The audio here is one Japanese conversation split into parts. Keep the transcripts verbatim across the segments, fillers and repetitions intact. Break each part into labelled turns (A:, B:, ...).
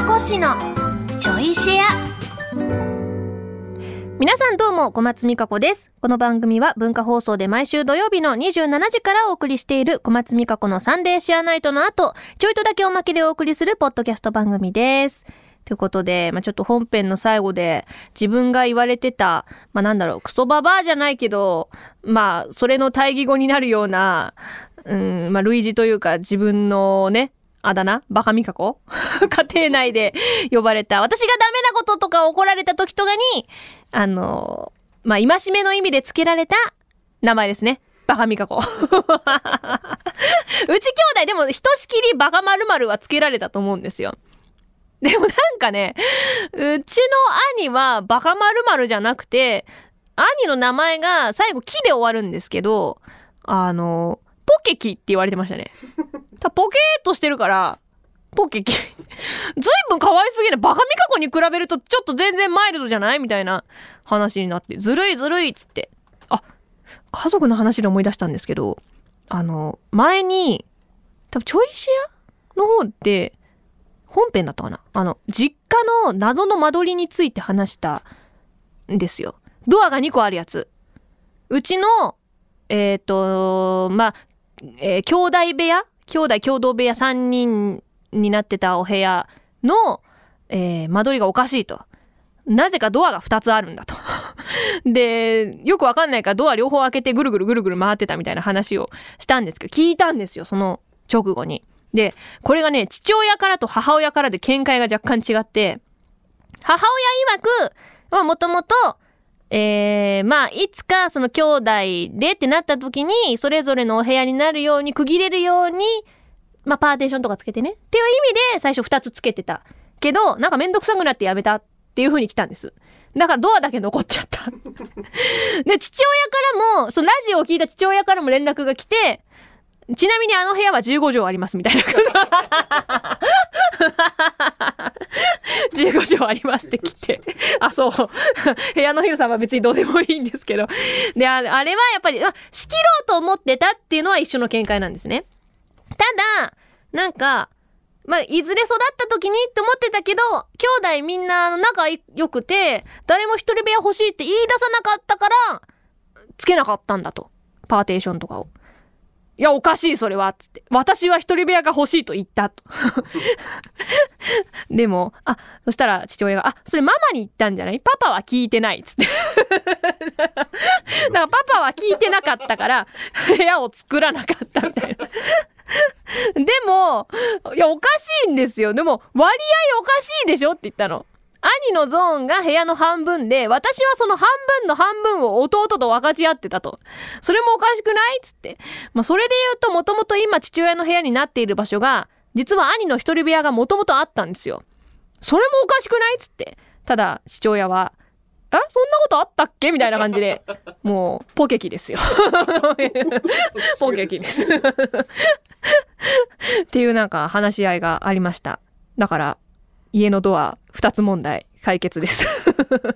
A: 美子氏のちょいシェア。皆さんどうも、小松美香子です。この番組は文化放送で毎週土曜日のにじゅうしちじからお送りしている小松美香子のサンデーシェアナイトの後、ちょいとだけおまけでお送りするポッドキャスト番組です。ということで、まあ、ちょっと本編の最後で自分が言われてた、まあ、なんだろう、クソババアじゃないけど、まあ、それの対義語になるような、うん、まあ、類似というか自分のね、あだ名バカミカコ家庭内で呼ばれた、私がダメなこととか怒られた時とかに、あの、まあ、戒めの意味で付けられた名前ですね。バカミカコ。うち兄弟でもひとしきりバカ〇〇は付けられたと思うんですよ。でもなんかね、うちの兄はバカ〇〇じゃなくて、兄の名前が最後キで終わるんですけど、あの、ポケキって言われてましたね。ポケーっとしてるから、ポケキ。ずいぶん可愛すぎる。バカミカコに比べるとちょっと全然マイルドじゃないみたいな話になって、ずるいずるいっつって。あ、家族の話で思い出したんですけど、あの、前に、多分ちょいシェアの方で、本編だったかな、あの、実家の謎の間取りについて話したんですよ。ドアがにこあるやつ。うちの、えっと、まあ、えー、兄弟部屋兄弟共同部屋さんにんになってたお部屋の、えー、間取りがおかしいと。なぜかドアがふたつあるんだと。で、よくわかんないからドア両方開けてぐるぐるぐるぐる回ってたみたいな話をしたんですけど、聞いたんですよ、その直後に。で、これがね、父親からと母親からで見解が若干違って、母親曰く、まあもともと、えー、まあ、いつかその兄弟でってなった時に、それぞれのお部屋になるように区切れるように、まあ、パーテーションとかつけてね。っていう意味で最初ふたつつけてた。けど、なんかめんどくさくなってやめたっていう風に来たんです。だからドアだけ残っちゃった。で、父親からも、そのラジオを聞いた父親からも連絡が来て、ちなみにあの部屋はじゅうごじょうありますみたいな。じゅうごじょうありますって来て。あ、そう。部屋の広さは別にどうでもいいんですけど。で、あれはやっぱり、あ、仕切ろうと思ってたっていうのは一緒の見解なんですね。ただ、なんか、まあ、いずれ育った時にって思ってたけど、兄弟みんな仲良くて、誰も一人部屋欲しいって言い出さなかったから、つけなかったんだと。パーテーションとかを。いや、おかしいそれはつって。私は一人部屋が欲しいと言ったと。でも、あ、そしたら父親が、あ、それママに言ったんじゃない？パパは聞いてないっつって。だからパパは聞いてなかったから、部屋を作らなかったみたいな。でも、いや、おかしいんですよ。でも、割合おかしいでしょって言ったの。兄のゾーンが部屋の半分で、私はその半分の半分を弟と分かち合ってたと。それもおかしくないっつって。まあ、それで言うと、もともと今父親の部屋になっている場所が、実は兄の一人部屋がもともとあったんですよ。それもおかしくないっつって。ただ、父親は、え、そんなことあったっけみたいな感じで、もう、ポケキですよ。ポケキです。っていうなんか話し合いがありました。だから、家のドアふたつ問題解決です。か、区切る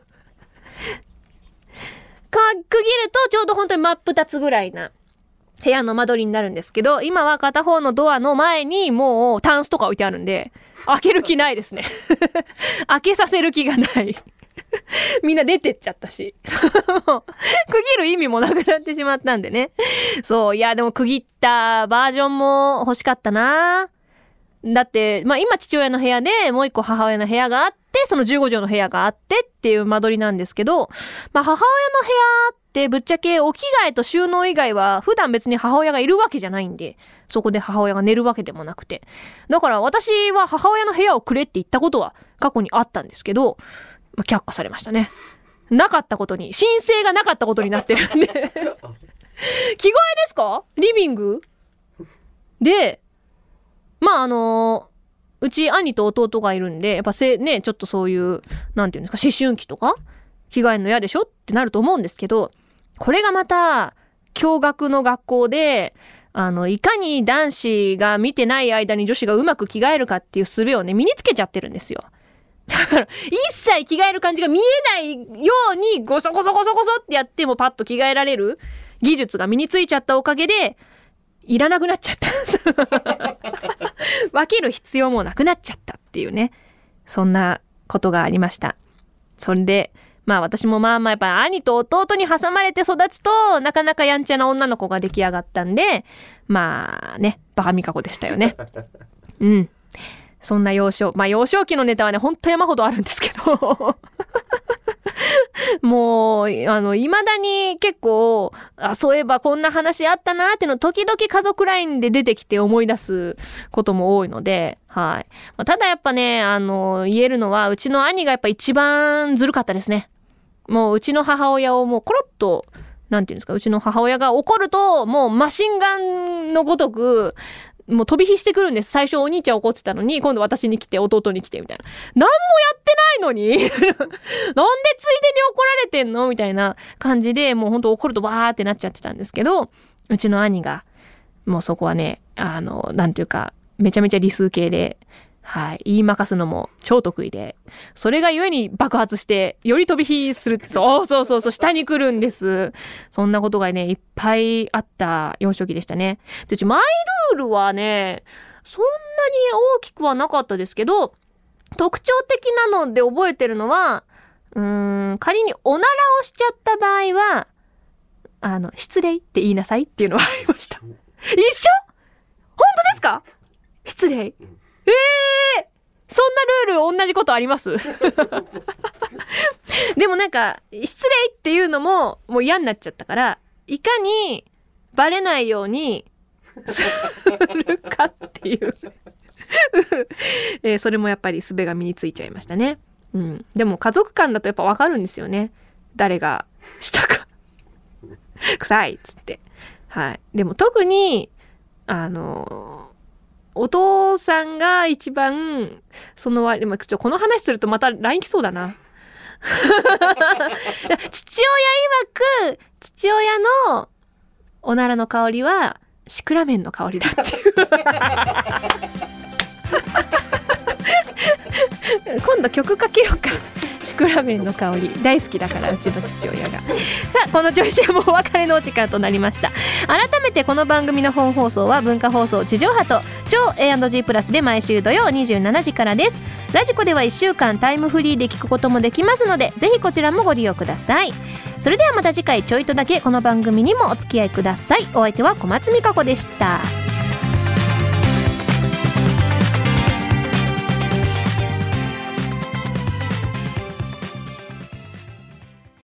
A: とちょうど本当に真っ二つぐらいな部屋の間取りになるんですけど、今は片方のドアの前にもうタンスとか置いてあるんで、開ける気ないですね。開けさせる気がない。みんな出てっちゃったし。もう区切る意味もなくなってしまったんでね。そう、いやでも区切ったバージョンも欲しかったな。だって、まあ今父親の部屋でもう一個母親の部屋があって、そのじゅうごじょうの部屋があってっていう間取りなんですけど、まあ母親の部屋ってぶっちゃけお着替えと収納以外は普段別に母親がいるわけじゃないんで、そこで母親が寝るわけでもなくて。だから私は母親の部屋をくれって言ったことは過去にあったんですけど、まあ、却下されましたね。なかったことに、申請がなかったことになってるんで。着替えですか？リビングで、まああのー、うち兄と弟がいるんで、やっぱせね、ちょっとそういう、なんていうんですか、思春期とか着替えるの嫌でしょってなると思うんですけど、これがまた、共学の学校で、あの、いかに男子が見てない間に女子がうまく着替えるかっていう術をね、身につけちゃってるんですよ。だから、一切着替える感じが見えないように、ゴソゴソゴソゴソってやってもパッと着替えられる技術が身についちゃったおかげで、いらなくなっちゃった。分ける必要もなくなっちゃったっていうね。 そんなことがありました。それでまあ私もまあまあやっぱ兄と弟に挟まれて育つとなかなかやんちゃな女の子が出来上がったんで、まあね、バカミカコでしたよね。うん。そんな幼少、まあ幼少期のネタはね、ほんと山ほどあるんですけど。もう、あの、未だに結構、あ、そういえばこんな話あったなーっていうの時々家族ラインで出てきて思い出すことも多いので、はい。まあ、ただやっぱね、あの、言えるのは、うちの兄がやっぱ一番ずるかったですね。もううちの母親をもうコロッと、なんていうんですか、うちの母親が怒ると、もうマシンガンのごとく、もう飛び火してくるんです。最初お兄ちゃん怒ってたのに、今度私に来て、弟に来て、みたいな。何もやってないのになんでついでに怒られてんのみたいな感じで、もうほんと怒るとわーってなっちゃってたんですけど、うちの兄が、もうそこはね、あの、なんていうか、めちゃめちゃ理数系で、はい、言いまかすのも超得意で、それがゆえに爆発して、より飛び火するって、そうそうそうそう、下に来るんです。そんなことがね、いっぱいあった幼少期でしたね。で、うちマイルールはね、そんなに大きくはなかったですけど、特徴的なので覚えてるのは、うーん、仮におならをしちゃった場合は、あの、失礼って言いなさいっていうのはありました。一緒？本当ですか？失礼。ええー、そんなルール同じことありますでもなんか失礼っていうのももう嫌になっちゃったから、いかにバレないようにするかっていう、えー、それもやっぱり術が身についちゃいましたね。うん、でも家族間だとやっぱ分かるんですよね、誰がしたか臭いっつって。はい。でも特にあのーお父さんが一番その割、でもちょこの話するとまた ライン 来そうだな父親曰く父親のおならの香りはシクラメンの香りだっていう今度曲かけようか。シクラメンの香り大好きだから、うちの父親が。さあ、この調子でもうお別れのお時間となりました。改めてこの番組の本放送は文化放送地上波と超 エーアンドジー プラスで毎週土曜にじゅうしちじからです。ラジコではいっしゅうかんタイムフリーで聞くこともできますので、ぜひこちらもご利用ください。それではまた次回ちょいとだけこの番組にもお付き合いください。お相手は小松美香子でした。